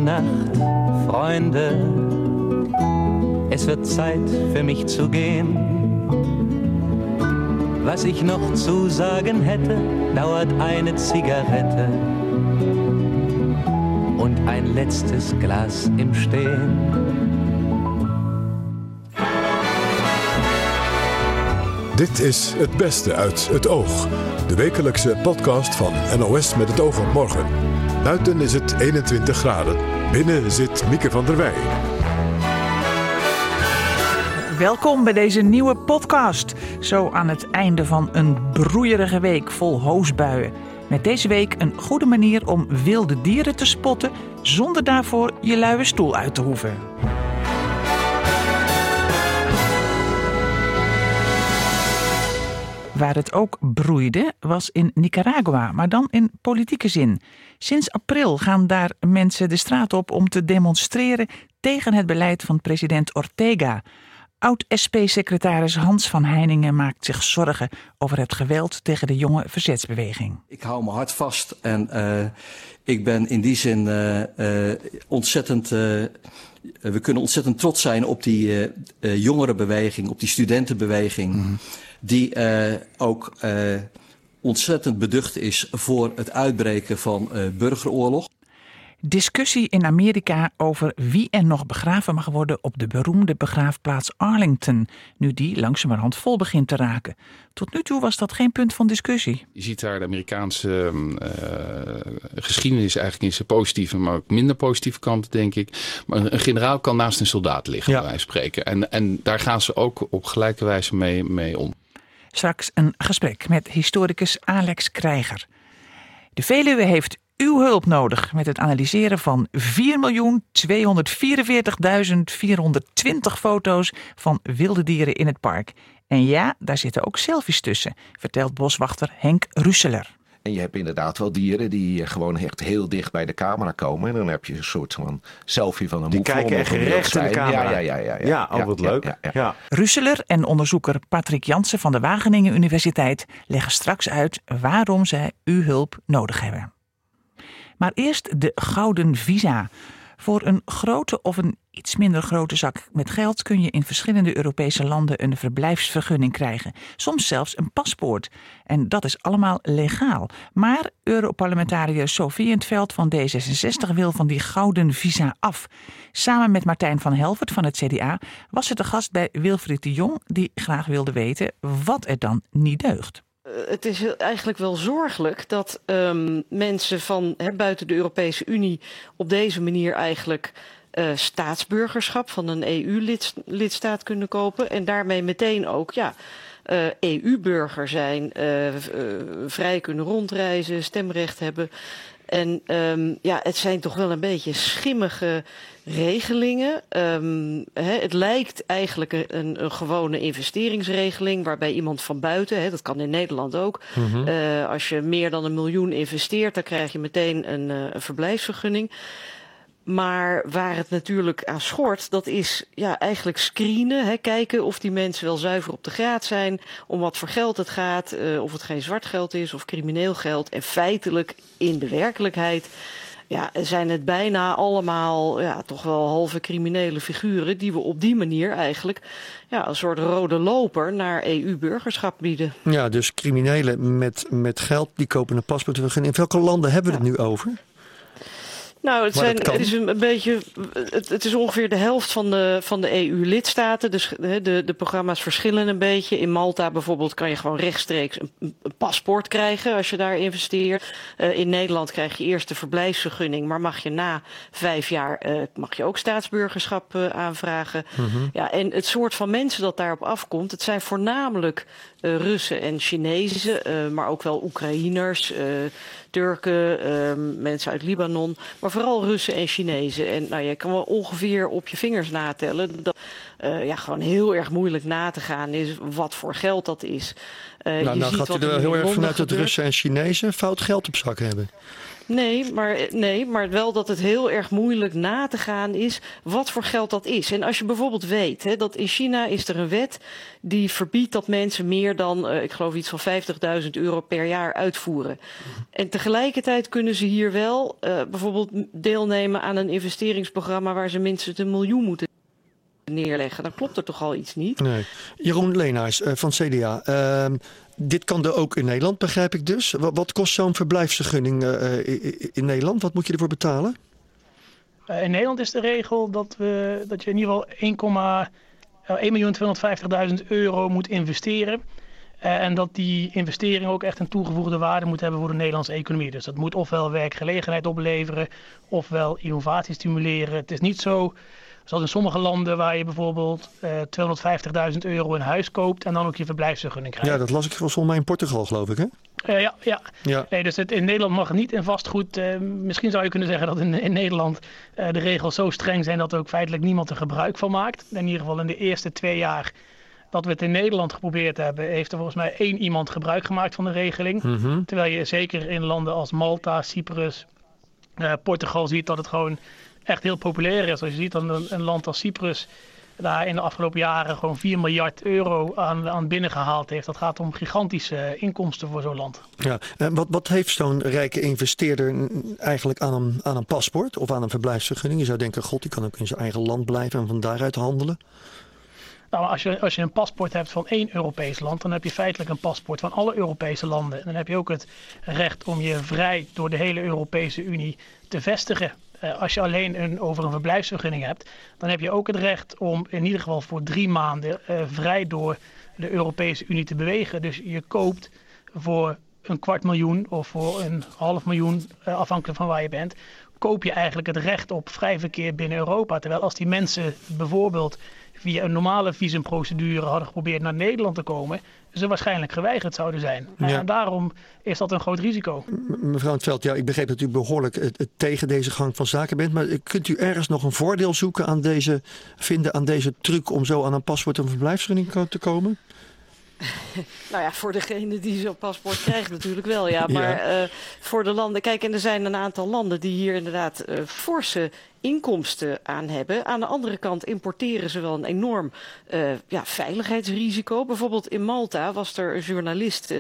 Nacht, Freunde. Es wird Zeit für mich zu gehen. Was ich noch zu sagen hätte, dauert eine Zigarette und ein letztes Glas im Stehen. Dit is Het Beste uit het Oog. De wekelijkse podcast van NOS met het oog op morgen. Buiten is het 21 graden. Binnen zit Mieke van der Wij. Welkom bij deze nieuwe podcast. Zo aan het einde van een broeierige week vol hoosbuien. Met deze week een goede manier om wilde dieren te spotten zonder daarvoor je luie stoel uit te hoeven. Waar het ook broeide was in Nicaragua, maar dan in politieke zin. Sinds april gaan daar mensen de straat op om te demonstreren tegen het beleid van president Ortega. Oud-SP-secretaris Hans van Heiningen maakt zich zorgen over het geweld tegen de jonge verzetsbeweging. Ik hou mijn hart vast en ik ben in die zin ontzettend... we kunnen ontzettend trots zijn op die jongerenbeweging, op die studentenbeweging... Mm-hmm. Die ook ontzettend beducht is voor het uitbreken van burgeroorlog. Discussie in Amerika over wie er nog begraven mag worden op de beroemde begraafplaats Arlington, nu die langzamerhand vol begint te raken. Tot nu toe was dat geen punt van discussie. Je ziet daar de Amerikaanse geschiedenis eigenlijk in zijn positieve, maar ook minder positieve kanten, denk ik. Maar een generaal kan naast een soldaat liggen, bij wijze van spreken. En daar gaan ze ook op gelijke wijze mee om. Straks een gesprek met historicus Alex Krijger. De Veluwe heeft uw hulp nodig met het analyseren van 4.244.420 foto's van wilde dieren in het park. En ja, daar zitten ook selfies tussen, vertelt boswachter Henk Russeler. En je hebt inderdaad wel dieren die gewoon echt heel dicht bij de camera komen. En dan heb je een soort van selfie van een die kijken echt recht in de camera. Ja, wat leuk. Ja. Russeler en onderzoeker Patrick Jansen van de Wageningen Universiteit leggen straks uit waarom zij uw hulp nodig hebben. Maar eerst de gouden visa. Voor een grote of een iets minder grote zak met geld kun je in verschillende Europese landen een verblijfsvergunning krijgen. Soms zelfs een paspoort. En dat is allemaal legaal. Maar Europarlementariër Sofie in 't Veld van D66 wil van die gouden visa af. Samen met Martijn van Helvert van het CDA was ze te gast bij Wilfried de Jong, die graag wilde weten wat er dan niet deugt. Het is eigenlijk wel zorgelijk dat mensen van buiten de Europese Unie op deze manier eigenlijk staatsburgerschap van een EU-lidstaat kunnen kopen. En daarmee meteen ook EU-burger zijn, vrij kunnen rondreizen, stemrecht hebben. En het zijn toch wel een beetje schimmige regelingen. Het lijkt eigenlijk een gewone investeringsregeling waarbij iemand van buiten, dat kan in Nederland ook, als je meer dan 1 miljoen investeert, dan krijg je meteen een verblijfsvergunning. Maar waar het natuurlijk aan schort, dat is eigenlijk screenen. Kijken of die mensen wel zuiver op de graad zijn, om wat voor geld het gaat, of het geen zwart geld is of crimineel geld. En feitelijk in de werkelijkheid zijn het bijna allemaal toch wel halve criminele figuren die we op die manier eigenlijk een soort rode loper naar EU-burgerschap bieden. Ja, dus criminelen met geld, die kopen een paspoort. In welke landen hebben we het nu over? Nou, het is ongeveer de helft van de EU-lidstaten. Dus de programma's verschillen een beetje. In Malta bijvoorbeeld kan je gewoon rechtstreeks een paspoort krijgen als je daar investeert. In Nederland krijg je eerst de verblijfsvergunning, maar mag je na 5 jaar mag je ook staatsburgerschap aanvragen. Mm-hmm. Ja, en het soort van mensen dat daarop afkomt, het zijn voornamelijk Russen en Chinezen, maar ook wel Oekraïners, Turken, mensen uit Libanon, maar vooral Russen en Chinezen. En je kan wel ongeveer op je vingers natellen dat gewoon heel erg moeilijk na te gaan is wat voor geld dat is. Nou gaat u er wel heel erg vanuit dat Russen en Chinezen fout geld op zak hebben. Nee, maar wel dat het heel erg moeilijk na te gaan is wat voor geld dat is. En als je bijvoorbeeld weet dat in China is er een wet die verbiedt dat mensen meer dan, ik geloof iets van €50.000 per jaar uitvoeren. En tegelijkertijd kunnen ze hier wel bijvoorbeeld deelnemen aan een investeringsprogramma waar ze minstens $1 miljoen moeten neerleggen. Dan klopt er toch al iets niet? Nee. Jeroen Leenaars van CDA. Dit kan er ook in Nederland, begrijp ik dus. Wat kost zo'n verblijfsvergunning in Nederland? Wat moet je ervoor betalen? In Nederland is de regel dat je in ieder geval €1.250.000 moet investeren. En dat die investering ook echt een toegevoegde waarde moet hebben voor de Nederlandse economie. Dus dat moet ofwel werkgelegenheid opleveren, ofwel innovatie stimuleren. Het is niet zo zoals in sommige landen waar je bijvoorbeeld €250.000 een huis koopt en dan ook je verblijfsvergunning krijgt. Ja, dat las ik volgens mij in Portugal, geloof ik, hè? Ja. Nee, dus in Nederland mag het niet in vastgoed. Misschien zou je kunnen zeggen dat in Nederland de regels zo streng zijn dat er ook feitelijk niemand er gebruik van maakt. In ieder geval in de eerste 2 jaar dat we het in Nederland geprobeerd hebben, heeft er volgens mij 1 iemand gebruik gemaakt van de regeling. Mm-hmm. Terwijl je zeker in landen als Malta, Cyprus, Portugal ziet dat het gewoon echt heel populair is. Als je ziet dat een land als Cyprus daar in de afgelopen jaren gewoon €4 miljard aan binnengehaald heeft. Dat gaat om gigantische inkomsten voor zo'n land. Ja, wat heeft zo'n rijke investeerder eigenlijk aan een paspoort of aan een verblijfsvergunning? Je zou denken, god, die kan ook in zijn eigen land blijven en van daaruit handelen. Nou, als je een paspoort hebt van 1 Europees land, dan heb je feitelijk een paspoort van alle Europese landen. En dan heb je ook het recht om je vrij door de hele Europese Unie te vestigen. Als je alleen over een verblijfsvergunning hebt, dan heb je ook het recht om in ieder geval voor 3 maanden vrij door de Europese Unie te bewegen. Dus je koopt voor $250.000 of voor $500.000, afhankelijk van waar je bent, koop je eigenlijk het recht op vrij verkeer binnen Europa. Terwijl als die mensen bijvoorbeeld via een normale visumprocedure hadden geprobeerd naar Nederland te komen, ze waarschijnlijk geweigerd zouden zijn. Ja. En daarom is dat een groot risico. Mevrouw 't Veld, ik begreep dat u behoorlijk tegen deze gang van zaken bent. Maar kunt u ergens nog een voordeel zoeken aan deze truc om zo aan een paspoort en verblijfsvergunning te komen? Nou ja, voor degene die zo'n paspoort krijgt natuurlijk wel, ja. Maar voor de landen, kijk, en er zijn een aantal landen die hier inderdaad forse inkomsten aan hebben. Aan de andere kant importeren ze wel een enorm veiligheidsrisico. Bijvoorbeeld in Malta was er een journalist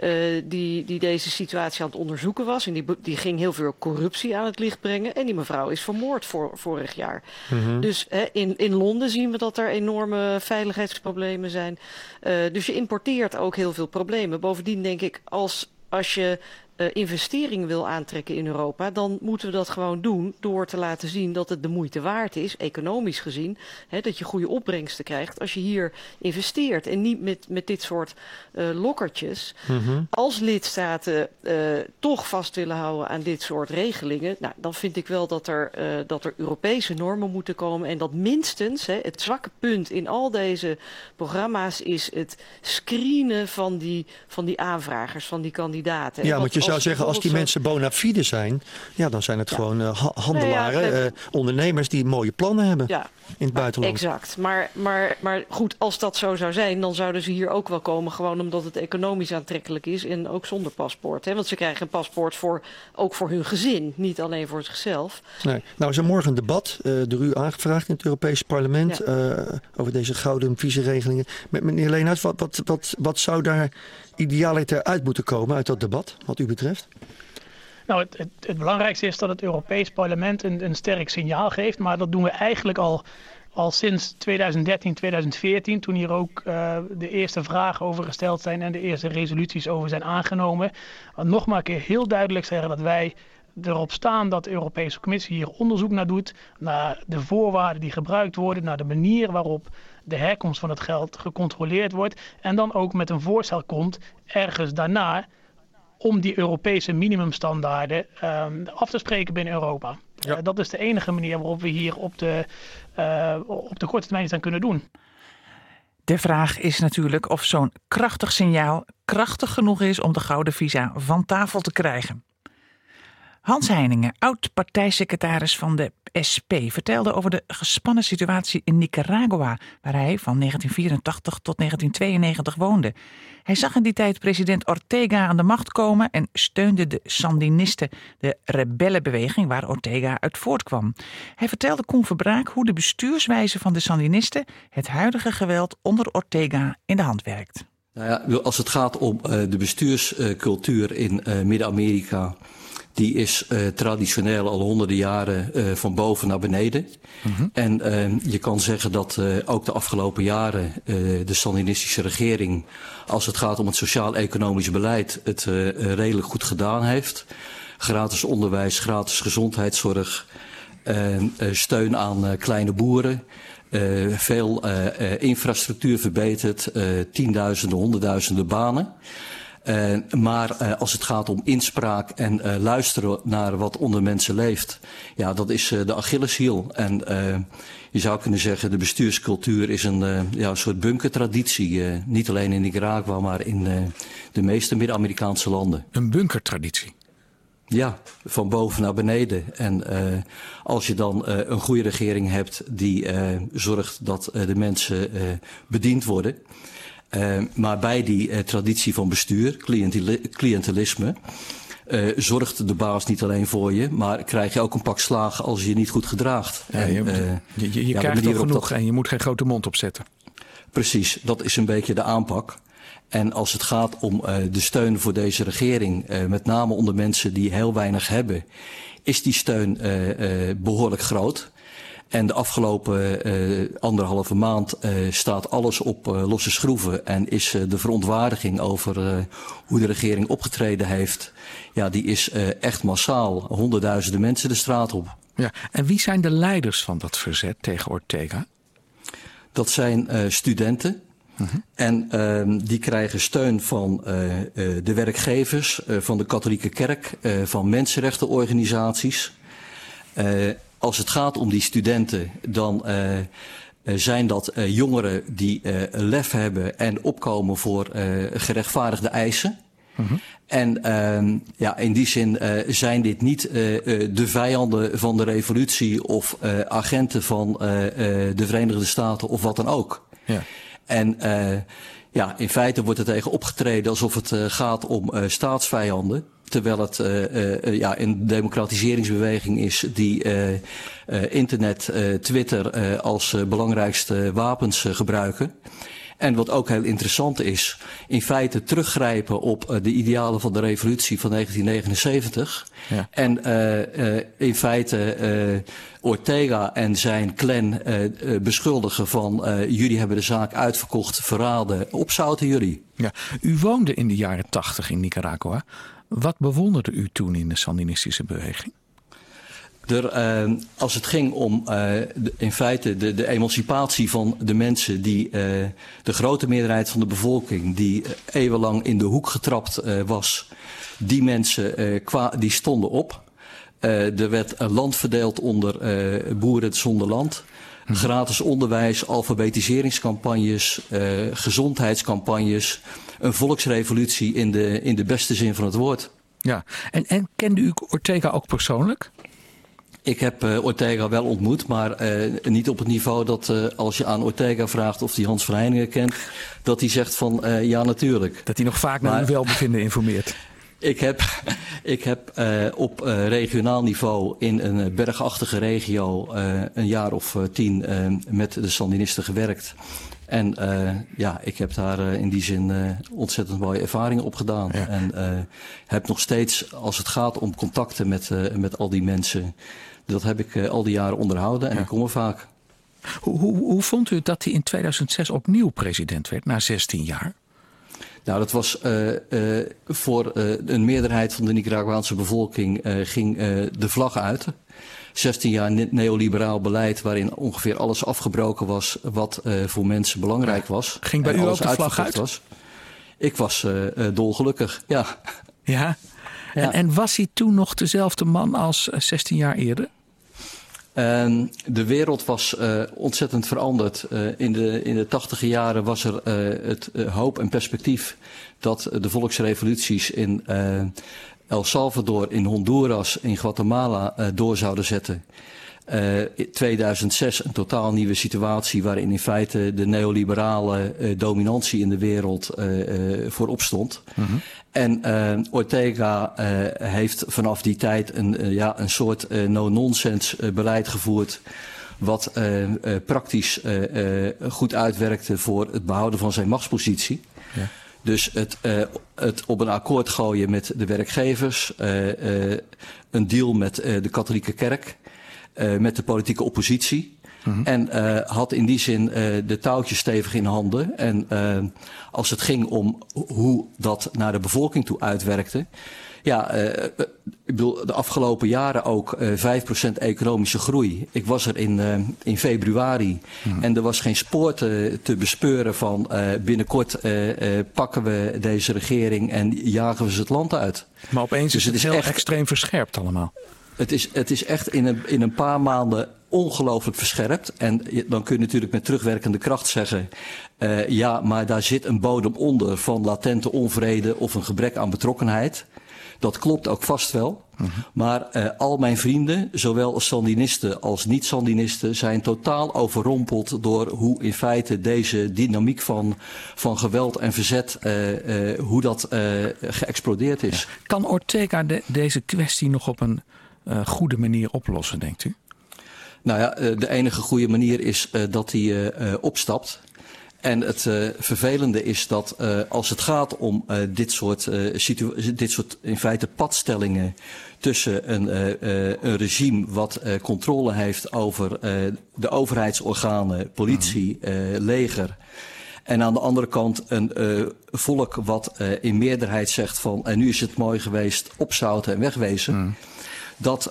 die deze situatie aan het onderzoeken was. En die ging heel veel corruptie aan het licht brengen. En die mevrouw is vermoord vorig jaar. Mm-hmm. Dus in Londen zien we dat er enorme veiligheidsproblemen zijn. Dus je importeert ook heel veel problemen. Bovendien denk ik, als je investering wil aantrekken in Europa, dan moeten we dat gewoon doen door te laten zien dat het de moeite waard is, economisch gezien, dat je goede opbrengsten krijgt als je hier investeert en niet met dit soort lokkertjes. Mm-hmm. Als lidstaten toch vast willen houden aan dit soort regelingen, nou, dan vind ik wel dat er Europese normen moeten komen en dat minstens het zwakke punt in al deze programma's is het screenen van die aanvragers, van die kandidaten. Ja, want je zou zeggen, als die mensen bona fide zijn, dan zijn het gewoon handelaren, ondernemers die mooie plannen hebben in het buitenland. Exact. Maar goed, als dat zo zou zijn, dan zouden ze hier ook wel komen, gewoon omdat het economisch aantrekkelijk is en ook zonder paspoort. Want ze krijgen een paspoort ook voor hun gezin, niet alleen voor zichzelf. Nee. Nou is er morgen een debat, door u aangevraagd in het Europese parlement, over deze gouden visumregelingen. Meneer Leenaars, wat zou daar idealiter uit moeten komen uit dat debat, wat u betreft? Nou, het belangrijkste is dat het Europees Parlement een sterk signaal geeft. Maar dat doen we eigenlijk al sinds 2013, 2014... toen hier ook de eerste vragen over gesteld zijn en de eerste resoluties over zijn aangenomen. Nog maar een keer heel duidelijk zeggen dat wij erop staan dat de Europese Commissie hier onderzoek naar doet, naar de voorwaarden die gebruikt worden, naar de manier waarop de herkomst van het geld gecontroleerd wordt en dan ook met een voorstel komt ergens daarna om die Europese minimumstandaarden af te spreken binnen Europa. Ja. Dat is de enige manier waarop we hier op de korte termijn iets aan kunnen doen. De vraag is natuurlijk of zo'n krachtig signaal krachtig genoeg is om de gouden visa van tafel te krijgen. Hans Heiningen, oud-partijsecretaris van de SP, vertelde over de gespannen situatie in Nicaragua, waar hij van 1984 tot 1992 woonde. Hij zag in die tijd president Ortega aan de macht komen en steunde de Sandinisten, de rebellenbeweging waar Ortega uit voortkwam. Hij vertelde Koen Verbraak hoe de bestuurswijze van de Sandinisten het huidige geweld onder Ortega in de hand werkt. Nou ja, als het gaat om de bestuurscultuur in Midden-Amerika, die is traditioneel al honderden jaren van boven naar beneden. Mm-hmm. En je kan zeggen dat ook de afgelopen jaren de Sandinistische regering, als het gaat om het sociaal-economisch beleid, het redelijk goed gedaan heeft. Gratis onderwijs, gratis gezondheidszorg, steun aan kleine boeren. Veel infrastructuur verbeterd, tienduizenden, honderdduizenden banen. Maar als het gaat om inspraak en luisteren naar wat onder mensen leeft, ja, dat is de Achilleshiel. En je zou kunnen zeggen, de bestuurscultuur is een soort bunkertraditie. Niet alleen in Nicaragua, maar in de meeste Midden-Amerikaanse landen. Een bunkertraditie? Ja, van boven naar beneden. En als je dan een goede regering hebt die zorgt dat de mensen bediend worden. Maar bij die traditie van bestuur, cliëntelisme, zorgt de baas niet alleen voor je, maar krijg je ook een pak slagen als je je niet goed gedraagt. Ja, je krijgt toch genoeg en je moet geen grote mond opzetten. Precies, dat is een beetje de aanpak. En als het gaat om de steun voor deze regering, met name onder mensen die heel weinig hebben, is die steun behoorlijk groot. En de afgelopen 1,5 maand staat alles op losse schroeven en is de verontwaardiging over hoe de regering opgetreden heeft, ja, die is echt massaal. Honderdduizenden mensen de straat op. Ja, en wie zijn de leiders van dat verzet tegen Ortega? Dat zijn studenten. Uh-huh. En die krijgen steun van de werkgevers, van de katholieke kerk, van mensenrechtenorganisaties. Als het gaat om die studenten, dan zijn dat jongeren die lef hebben en opkomen voor gerechtvaardigde eisen. Uh-huh. En in die zin zijn dit niet de vijanden van de revolutie of agenten van de Verenigde Staten of wat dan ook. Ja. En in feite wordt er tegen opgetreden alsof het gaat om staatsvijanden. Terwijl het een democratiseringsbeweging is die internet, Twitter als belangrijkste wapens gebruiken. En wat ook heel interessant is, in feite teruggrijpen op de idealen van de revolutie van 1979. Ja. En in feite Ortega en zijn clan beschuldigen van jullie hebben de zaak uitverkocht, verraden, opzouten jullie. Ja, u woonde in de jaren 80 in Nicaragua. Wat bewonderde u toen in de Sandinistische beweging? Als het ging om in feite de emancipatie van de mensen die de grote meerderheid van de bevolking die eeuwenlang in de hoek getrapt was, die mensen die stonden op. Er werd land verdeeld onder boeren zonder land. Gratis onderwijs, alfabetiseringscampagnes, gezondheidscampagnes. Een volksrevolutie in de beste zin van het woord. Ja, en kende u Ortega ook persoonlijk? Ik heb Ortega wel ontmoet, maar niet op het niveau dat als je aan Ortega vraagt of hij Hans van Heiningen kent, dat hij zegt van ja, natuurlijk. Dat hij nog vaak naar uw welbevinden informeert. Ik heb op regionaal niveau in een bergachtige regio een jaar of 10 met de Sandinisten gewerkt. En ik heb daar in die zin ontzettend mooie ervaringen opgedaan. Ja. En heb nog steeds, als het gaat om contacten met al die mensen, dat heb ik al die jaren onderhouden en ik kom er vaak. Hoe vond u dat hij in 2006 opnieuw president werd, na 16 jaar? Nou, dat was voor een meerderheid van de Nicaraguaanse bevolking ging de vlag uit. 16 jaar neoliberaal beleid waarin ongeveer alles afgebroken was wat voor mensen belangrijk was. Ging bij u ook de vlag uit? Was. Ik was dolgelukkig, ja. Ja? Ja. En was hij toen nog dezelfde man als 16 jaar eerder? De wereld was ontzettend veranderd. In de 80e jaren was er het hoop en perspectief dat de volksrevoluties in El Salvador, in Honduras, in Guatemala door zouden zetten. In 2006 een totaal nieuwe situatie waarin in feite de neoliberale dominantie in de wereld voorop stond. Mm-hmm. En Ortega heeft vanaf die tijd een soort no-nonsense beleid gevoerd. Wat praktisch goed uitwerkte voor het behouden van zijn machtspositie. Ja. Dus het op een akkoord gooien met de werkgevers. Een deal met de katholieke kerk. Met de politieke oppositie. Mm-hmm. En had in die zin de touwtjes stevig in handen. En als het ging om hoe dat naar de bevolking toe uitwerkte. Ja, ik bedoel, de afgelopen jaren ook 5% economische groei. Ik was er in februari en er was geen spoor te bespeuren van binnenkort pakken we deze regering en jagen we ze het land uit. Maar opeens dus is het heel extreem verscherpt allemaal. Het is echt in een paar maanden ongelooflijk verscherpt. En dan kun je natuurlijk met terugwerkende kracht zeggen, ja, maar daar zit een bodem onder van latente onvrede of een gebrek aan betrokkenheid. Dat klopt ook vast wel. Mm-hmm. Maar al mijn vrienden, zowel Sandinisten als niet-Sandinisten, zijn totaal overrompeld door hoe in feite deze dynamiek van geweld en verzet, hoe dat geëxplodeerd is. Ja. Kan Ortega deze kwestie nog op een goede manier oplossen, denkt u? Nou ja, de enige goede manier is dat hij opstapt. En het vervelende is dat als het gaat om dit soort in feite padstellingen tussen een regime wat controle heeft over de overheidsorganen, politie, leger. En aan de andere kant een volk wat in meerderheid zegt van en nu is het mooi geweest, opzouten en wegwezen. Dat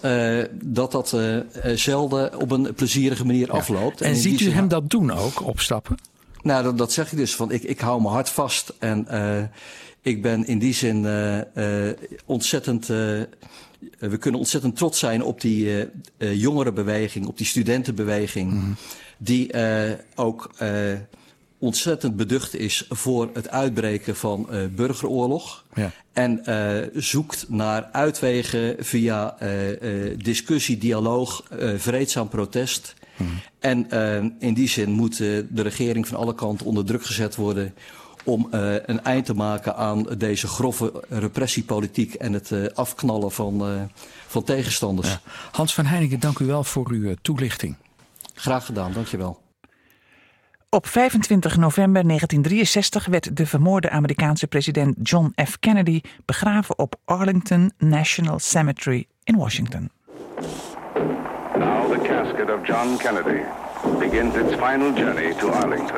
zelden op een plezierige manier afloopt. En ziet u hem dat doen ook, opstappen? Nou, dat zeg ik dus. Van ik hou mijn hart vast. En ik ben in die zin ontzettend. We kunnen ontzettend trots zijn op die jongerenbeweging, op die studentenbeweging. Mm-hmm. Die ook ontzettend beducht is voor het uitbreken van burgeroorlog. Ja. En zoekt naar uitwegen via discussie, dialoog, vreedzaam protest. En in die zin moet de regering van alle kanten onder druk gezet worden om een eind te maken aan deze grove repressiepolitiek en het afknallen van tegenstanders. Ja. Hans van Heiningen, dank u wel voor uw toelichting. Graag gedaan, dank je wel. Op 25 november 1963 werd de vermoorde Amerikaanse president John F. Kennedy begraven op Arlington National Cemetery in Washington. Now the casket of John Kennedy begins its final journey to Arlington.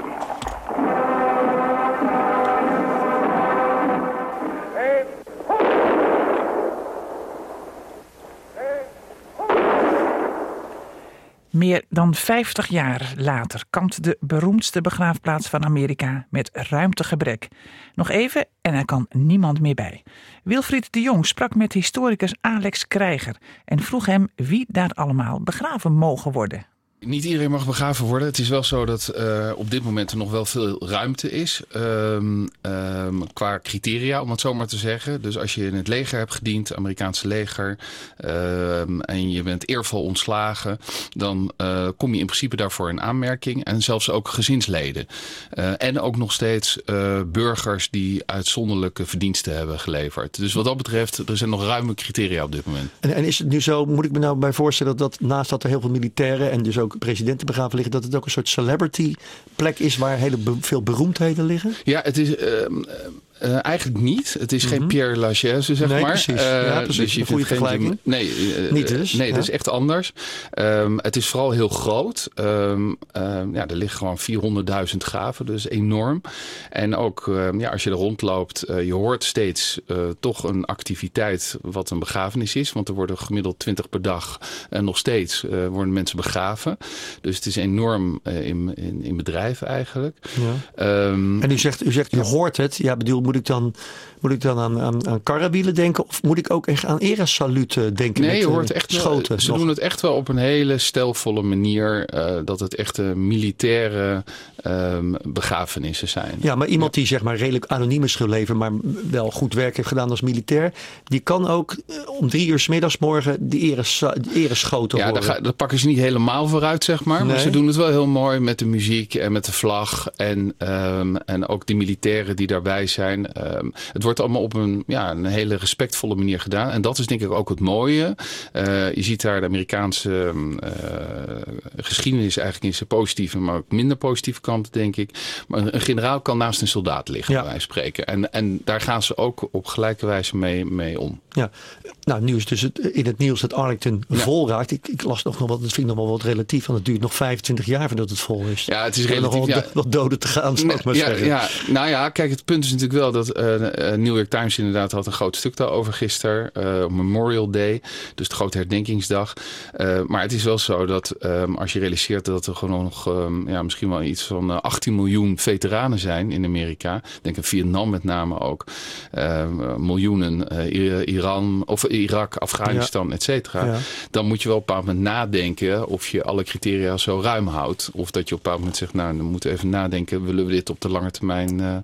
Meer dan 50 jaar later kampt de beroemdste begraafplaats van Amerika met ruimtegebrek. Nog even en er kan niemand meer bij. Wilfried de Jong sprak met historicus Alex Krijger en vroeg hem wie daar allemaal begraven mogen worden. Niet iedereen mag begraven worden. Het is wel zo dat op dit moment er nog wel veel ruimte is. Qua criteria, om het zo maar te zeggen. Dus als je in het leger hebt gediend, het Amerikaanse leger, en je bent eervol ontslagen, dan kom je in principe daarvoor in aanmerking. En zelfs ook gezinsleden. En ook nog steeds burgers die uitzonderlijke verdiensten hebben geleverd. Dus wat dat betreft, er zijn nog ruime criteria op dit moment. En is het nu zo, moet ik me nou bij voorstellen dat naast dat er heel veel militairen en dus ook presidenten begraven liggen, dat het ook een soort celebrity plek is waar veel beroemdheden liggen? Ja, het is eigenlijk niet. Het is geen Pierre Lachaise, zeg maar. Precies. Ja, precies. Dus je goede vergelijking. Niet dus. Nee, dat is echt anders. Het is vooral heel groot. Er liggen gewoon 400.000 graven, dus enorm. En ook als je er rondloopt, je hoort steeds toch een activiteit wat een begrafenis is. Want er worden gemiddeld 20 per dag nog steeds worden mensen begraven. Dus het is enorm in bedrijf eigenlijk. Ja. En u zegt, je hoort het. Ja, bedoel, moet Moet ik dan aan karrewielen denken? Of moet ik ook echt aan erasaluten denken? Nee, je hoort echt schoten. Ze doen het echt wel op een hele stijlvolle manier. Dat het echt militaire begrafenissen zijn. Ja, maar iemand die zeg maar redelijk anoniem is gebleven, maar wel goed werk heeft gedaan als militair, die kan ook om 3 uur 's middags morgen die ereschoten horen. Ja, daar pakken ze niet helemaal vooruit, zeg maar. Nee. Maar ze doen het wel heel mooi met de muziek en met de vlag. En ook die militairen die daarbij zijn. Het wordt allemaal op een hele respectvolle manier gedaan. En dat is denk ik ook het mooie. Je ziet daar de Amerikaanse geschiedenis eigenlijk in zijn positieve, maar ook minder positieve kant, denk ik. Maar een generaal kan naast een soldaat liggen, bij wijze van spreken. En daar gaan ze ook op gelijke wijze mee om. Ja, nou, nu is dus in het nieuws dat Arlington vol raakt. Ik las nog wat, dat vind ik nog wel wat relatief, want het duurt nog 25 jaar voordat het vol is. Ja, het is relatief. Nog wel wat doden te gaan, zou ik maar zeggen. Ja, nou ja, kijk, het punt is natuurlijk wel dat New York Times inderdaad had een groot stuk daarover gisteren, Memorial Day, dus de grote herdenkingsdag. Maar het is wel zo dat als je realiseert dat er gewoon nog misschien wel iets van 18 miljoen veteranen zijn in Amerika. Ik denk in Vietnam met name ook. Miljoenen Iran of Irak, Afghanistan, et cetera. Ja. Dan moet je wel op een bepaald moment nadenken of je alle criteria zo ruim houdt. Of dat je op een bepaald moment zegt, nou, dan moeten we even nadenken. Willen we dit op de lange termijn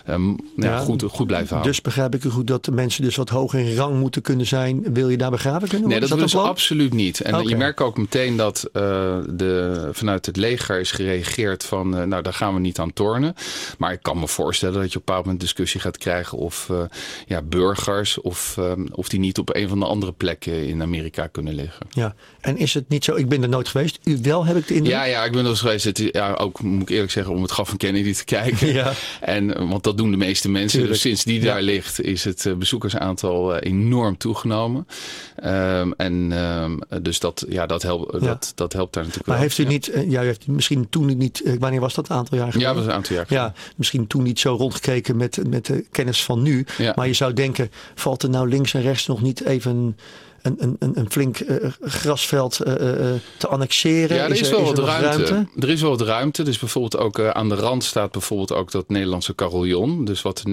goed blijven houden? Dus begrijp ik u goed dat de mensen dus wat hoger in rang moeten kunnen zijn. Wil je daar begraven kunnen worden? Nee, dat willen ze absoluut niet. En je merkt ook meteen dat vanuit het leger is gereageerd van, nou, daar gaan we niet aan tornen. Maar ik kan me voorstellen dat je op een bepaald moment discussie gaat krijgen of burgers of die niet op een van de andere plekken in Amerika kunnen liggen. Ja, en is het niet zo, ik ben er nooit geweest, u wel, heb ik de indruk? Ja, ik ben er eens geweest. Ook, moet ik eerlijk zeggen, om het graf van Kennedy te kijken. Ja. Want dat doen de meeste mensen. Tuurlijk. Dus sinds die daar ligt is het bezoekersaantal enorm toegenomen. Dus dat helpt daar natuurlijk maar wel. heeft u niet, heeft misschien toen niet, wanneer was dat, een aantal jaar geleden? Ja, dat was een aantal jaar geleden. Ja, misschien toen niet zo rondgekeken met de kennis van nu. Ja. Maar je zou denken, valt er nou links en rechts nog niet even een flink grasveld te annexeren? Ja, er is wel wat ruimte. Er is wel wat ruimte. Dus bijvoorbeeld ook aan de rand staat bijvoorbeeld ook dat Nederlandse carillon. Dus wat de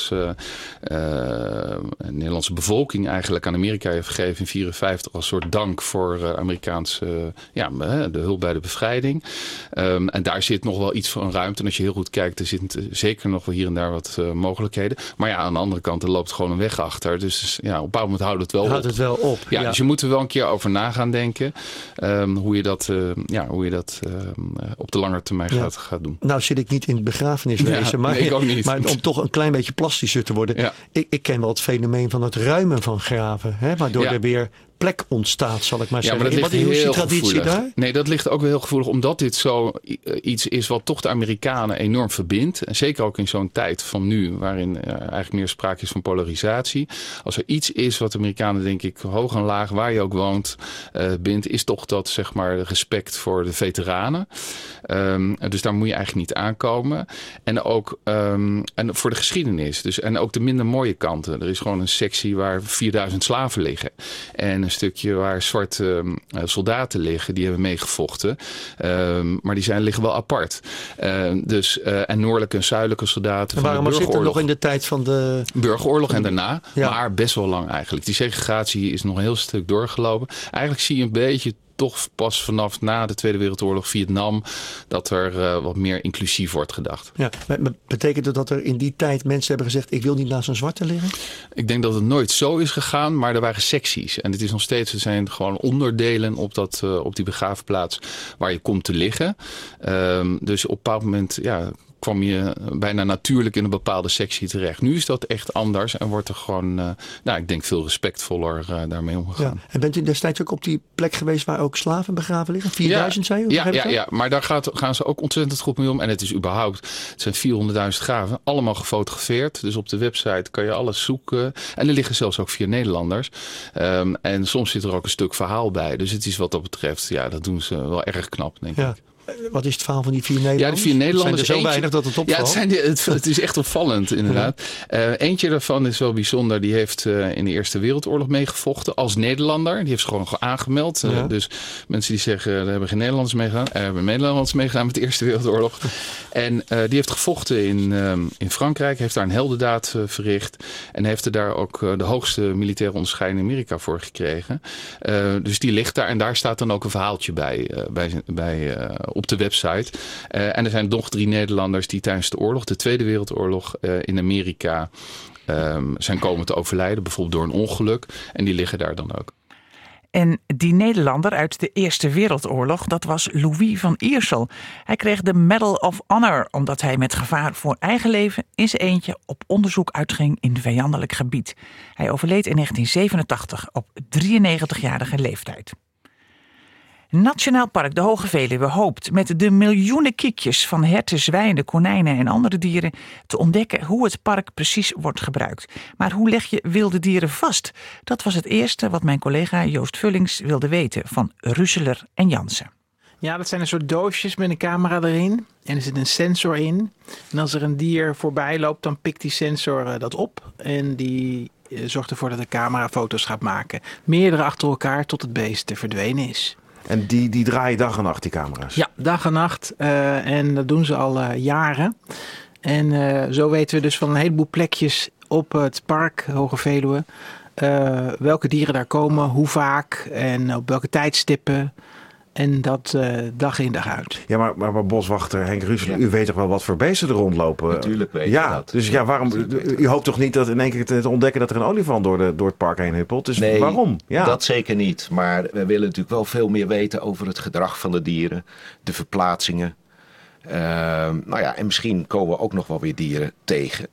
Nederlandse bevolking eigenlijk aan Amerika heeft gegeven in 1954 als soort dank voor Amerikaanse de hulp bij de bevrijding. En daar zit nog wel iets van ruimte. En als je heel goed kijkt, er zitten zeker nog wel hier en daar wat mogelijkheden. Maar aan de andere kant, er loopt gewoon een weg achter. Dus op een bepaald moment houdt het wel op. Houdt het wel op. Ja, dus je moet er wel een keer over na gaan denken. Hoe je dat op de lange termijn gaat doen. Nou zit ik niet in het begrafeniswezen. Maar, nee, ik ook niet. Maar om toch een klein beetje plastischer te worden. Ja. Ik ken wel het fenomeen van het ruimen van graven. Hè, waardoor er weer plek ontstaat, zal ik maar zeggen. Maar dat ligt hoe is die traditie gevoelig daar? Nee, dat ligt ook wel heel gevoelig, omdat dit zo iets is wat toch de Amerikanen enorm verbindt. En zeker ook in zo'n tijd van nu, waarin eigenlijk meer sprake is van polarisatie. Als er iets is wat de Amerikanen, denk ik, hoog en laag, waar je ook woont, bindt, is toch dat, zeg maar, respect voor de veteranen. Dus daar moet je eigenlijk niet aankomen. En ook en voor de geschiedenis. Dus, en ook de minder mooie kanten. Er is gewoon een sectie waar 4000 slaven liggen. En een stukje waar zwarte soldaten liggen. Die hebben meegevochten. Maar die liggen wel apart. En noordelijke en zuidelijke soldaten. En waarom zit er nog in de tijd van de burgeroorlog en daarna? Ja. Maar best wel lang eigenlijk. Die segregatie is nog een heel stuk doorgelopen. Eigenlijk zie je een beetje toch pas vanaf na de Tweede Wereldoorlog, Vietnam, dat er wat meer inclusief wordt gedacht. Ja, betekent het dat er in die tijd mensen hebben gezegd, ik wil niet naast een zwarte liggen? Ik denk dat het nooit zo is gegaan, maar er waren secties. En het is nog steeds, er zijn gewoon onderdelen op die begraafplaats waar je komt te liggen. Dus op een bepaald moment, kwam je bijna natuurlijk in een bepaalde sectie terecht. Nu is dat echt anders en wordt er gewoon, ik denk veel respectvoller daarmee omgegaan. Ja. En bent u destijds ook op die plek geweest waar ook slaven begraven liggen? 4000 zei u? Ja, maar daar gaan ze ook ontzettend goed mee om. En het is überhaupt, het zijn 400.000 graven, allemaal gefotografeerd. Dus op de website kan je alles zoeken. En er liggen zelfs ook 4 Nederlanders. En soms zit er ook een stuk verhaal bij. Dus het is wat dat betreft, dat doen ze wel erg knap, denk ik. Wat is het verhaal van die 4 Nederlanders? Ja, die 4 Nederlanders. Zijn er zo weinig dat het opvalt? Ja, het is echt opvallend inderdaad. Eentje daarvan is wel bijzonder. Die heeft in de Eerste Wereldoorlog meegevochten als Nederlander. Die heeft zich gewoon aangemeld. Dus mensen die zeggen, er hebben geen Nederlanders meegedaan. Er hebben Nederlanders meegedaan met de Eerste Wereldoorlog. En die heeft gevochten in Frankrijk. Heeft daar een heldendaad verricht. En heeft er daar ook de hoogste militaire onderscheiding in Amerika voor gekregen. Dus die ligt daar. En daar staat dan ook een verhaaltje bij op de website. En er zijn nog 3 Nederlanders die tijdens de oorlog, de Tweede Wereldoorlog, in Amerika zijn komen te overlijden. Bijvoorbeeld door een ongeluk. En die liggen daar dan ook. En die Nederlander uit de Eerste Wereldoorlog, dat was Louis van Iersel. Hij kreeg de Medal of Honor omdat hij met gevaar voor eigen leven in zijn eentje op onderzoek uitging in vijandelijk gebied. Hij overleed in 1987 op 93-jarige leeftijd. Nationaal Park de Hoge Veluwe hoopt met de miljoenen kiekjes van herten, zwijnen, konijnen en andere dieren te ontdekken hoe het park precies wordt gebruikt. Maar hoe leg je wilde dieren vast? Dat was het eerste wat mijn collega Joost Vullings wilde weten van Ruseler en Jansen. Ja, dat zijn een soort doosjes met een camera erin. En er zit een sensor in. En als er een dier voorbij loopt, dan pikt die sensor dat op. En die zorgt ervoor dat de camera foto's gaat maken. Meerdere achter elkaar tot het beest verdwenen is. En die draaien dag en nacht, die camera's? Ja, dag en nacht. En dat doen ze al jaren. En zo weten we dus van een heleboel plekjes op het park Hoge Veluwe. Welke dieren daar komen, hoe vaak en op welke tijdstippen. En dat dag in dag uit. Ja, maar boswachter Henk Ruseler, u weet toch wel wat voor beesten er rondlopen? Natuurlijk weet je dat. Dus ja, waarom? U hoopt toch niet dat in één keer te ontdekken dat er een olifant door het park heen huppelt? Dus nee, waarom? Ja. Dat zeker niet. Maar we willen natuurlijk wel veel meer weten over het gedrag van de dieren. De verplaatsingen. En misschien komen we ook nog wel weer dieren tegen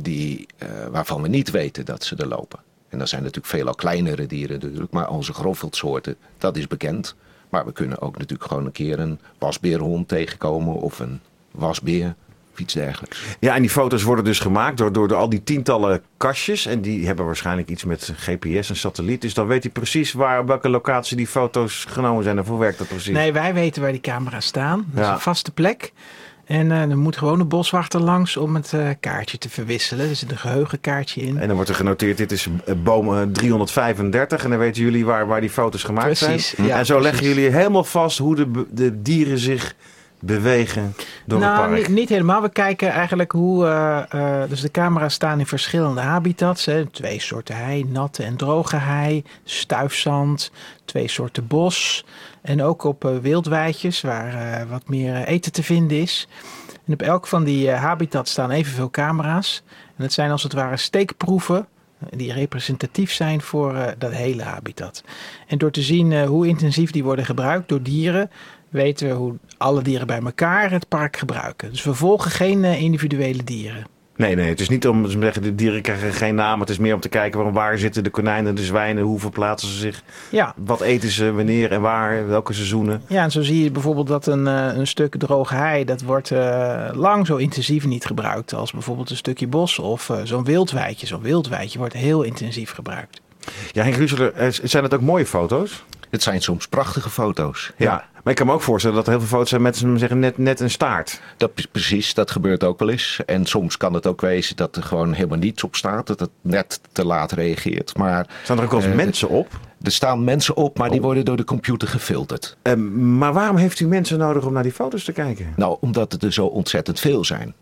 waarvan we niet weten dat ze er lopen. En dan zijn natuurlijk veelal kleinere dieren natuurlijk. Maar onze grofveldsoorten, dat is bekend. Maar we kunnen ook natuurlijk gewoon een keer een wasbeerhond tegenkomen of een wasbeer of iets dergelijks. Ja, en die foto's worden dus gemaakt door al die tientallen kastjes. En die hebben waarschijnlijk iets met GPS en satelliet. Dus dan weet hij precies op welke locatie die foto's genomen zijn. En hoe werkt dat precies? Nee, wij weten waar die camera's staan. Dat is een vaste plek. En er moet gewoon een boswachter langs om het kaartje te verwisselen. Er zit een geheugenkaartje in. En dan wordt er genoteerd, dit is boom 335. En dan weten jullie waar die foto's gemaakt zijn. Ja, en zo leggen jullie helemaal vast hoe de dieren zich bewegen door het park. Niet helemaal. We kijken eigenlijk hoe... dus de camera's staan in verschillende habitats. 2 soorten hei, natte en droge hei. Stuifzand, 2 soorten bos. En ook op wildweidjes waar wat meer eten te vinden is. En op elk van die habitats staan evenveel camera's. En het zijn als het ware steekproeven die representatief zijn voor dat hele habitat. En door te zien hoe intensief die worden gebruikt door dieren, weten we hoe alle dieren bij elkaar het park gebruiken. Dus we volgen geen individuele dieren. Nee, het is niet om te zeggen, de dieren krijgen geen naam. Het is meer om te kijken waar zitten de konijnen, de zwijnen, hoe verplaatsen ze zich. Ja. Wat eten ze, wanneer en waar, welke seizoenen. Ja, en zo zie je bijvoorbeeld dat een stuk droge hei, dat wordt lang zo intensief niet gebruikt als bijvoorbeeld een stukje bos of zo'n wildweidje. Zo'n wildweidje wordt heel intensief gebruikt. Ja, Henk Ruseler, zijn het ook mooie foto's? Het zijn soms prachtige foto's. Ja. Maar ik kan me ook voorstellen dat er heel veel foto's zijn met net een staart. Precies, dat gebeurt ook wel eens. En soms kan het ook wezen dat er gewoon helemaal niets op staat. Dat het net te laat reageert. Maar staan er ook wel eens mensen op? Er staan mensen op, maar die worden door de computer gefilterd. Maar waarom heeft u mensen nodig om naar die foto's te kijken? Nou, omdat het er zo ontzettend veel zijn.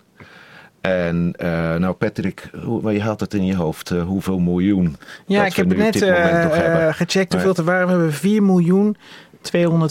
En Patrick, je had het in je hoofd, hoeveel miljoen? Ja, ik heb net gecheckt hoeveel er waren. We hebben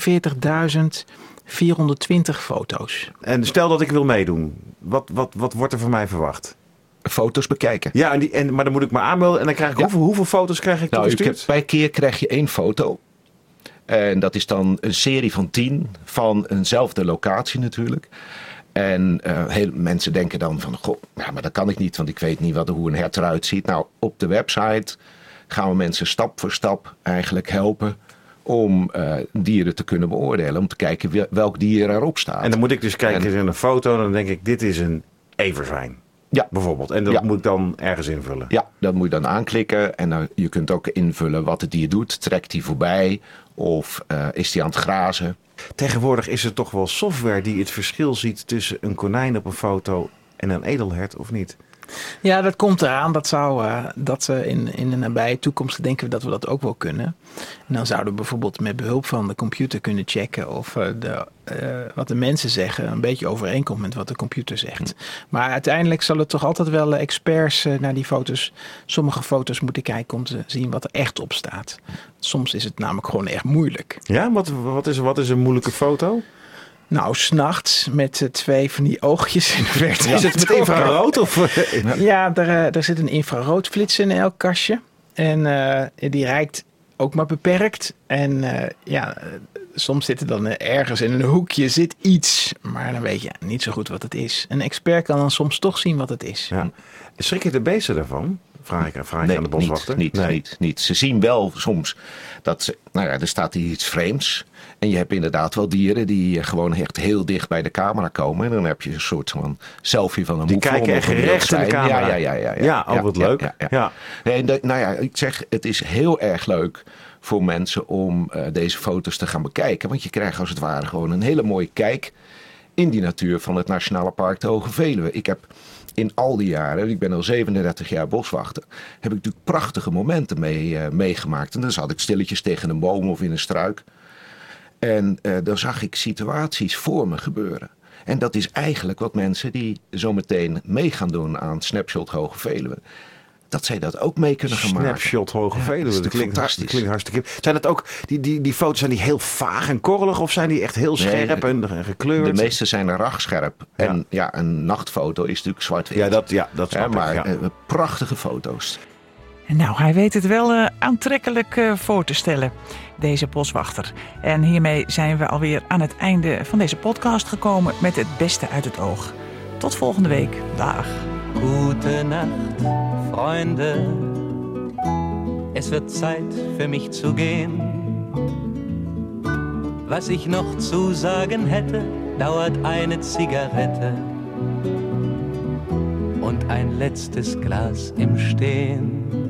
4.244.420 foto's. En stel dat ik wil meedoen, wat wordt er van mij verwacht? Foto's bekijken. Ja, maar dan moet ik me aanmelden en dan krijg ik hoeveel foto's krijg ik toegestuurd? Per keer krijg je 1 foto. En dat is dan een serie van 10 van eenzelfde locatie natuurlijk. En mensen denken dan van, goh, maar dat kan ik niet, want ik weet niet hoe een hert eruit ziet. Nou, op de website gaan we mensen stap voor stap eigenlijk helpen om dieren te kunnen beoordelen. Om te kijken welk dier erop staat. En dan moet ik dus kijken naar een foto en dan denk ik, dit is een everzwijn. Ja. Bijvoorbeeld. En dat moet ik dan ergens invullen? Ja, dat moet je dan aanklikken. En je kunt ook invullen wat het dier doet. Trekt hij voorbij? Of is hij aan het grazen? Tegenwoordig is er toch wel software die het verschil ziet tussen een konijn op een foto en een edelhert, of niet? Ja, dat komt eraan. Dat in de nabije toekomst denken we dat we dat ook wel kunnen. En dan zouden we bijvoorbeeld met behulp van de computer kunnen checken of wat de mensen zeggen een beetje overeenkomt met wat de computer zegt. Maar uiteindelijk zal het toch altijd wel experts naar die foto's, sommige foto's moeten kijken om te zien wat er echt op staat. Soms is het namelijk gewoon echt moeilijk. Ja, wat is een moeilijke foto? Nou, 's nachts met 2 van die oogjes in de verte. Is het met infrarood? Ja, er zit een infraroodflits in elk kastje. En die reikt ook maar beperkt. En soms zit er dan ergens in een hoekje zit iets. Maar dan weet je niet zo goed wat het is. Een expert kan dan soms toch zien wat het is. Ja. Schrik je de beesten daarvan? Vraag ik aan de boswachter. Niet. Ze zien wel soms dat er staat hier iets vreemds. En je hebt inderdaad wel dieren die gewoon echt heel dicht bij de camera komen. En dan heb je een soort van selfie van een die kijken echt recht in de camera. Ja, wat leuk. Ja. Nee, ik zeg, het is heel erg leuk voor mensen om deze foto's te gaan bekijken. Want je krijgt als het ware gewoon een hele mooie kijk in die natuur van het Nationale Park de Hoge Veluwe. Ik heb in al die jaren, ik ben al 37 jaar boswachter, heb ik natuurlijk prachtige momenten meegemaakt. En dan zat ik stilletjes tegen een boom of in een struik. En dan zag ik situaties voor me gebeuren. En dat is eigenlijk wat mensen die zometeen mee gaan doen aan Snapshot Hoge Veluwe, dat zij dat ook mee kunnen gaan maken. Snapshot Hoge Veluwe, dat klinkt hartstikke. Zijn het ook, die foto's, zijn die heel vaag en korrelig of zijn die echt heel scherp en gekleurd? De meeste zijn rachscherp. Ja. En een nachtfoto is natuurlijk zwart-wit. Ja, dat snap ik. Maar prachtige foto's. Nou, hij weet het wel aantrekkelijk voor te stellen, deze boswachter. En hiermee zijn we alweer aan het einde van deze podcast gekomen met het beste uit het oog. Tot volgende week. Dag. Gute Nacht, Freunde. Es wird Zeit für mich zu gehen. Was ich noch zu sagen hätte, dauert eine Zigarette und ein letztes Glas im Stehen.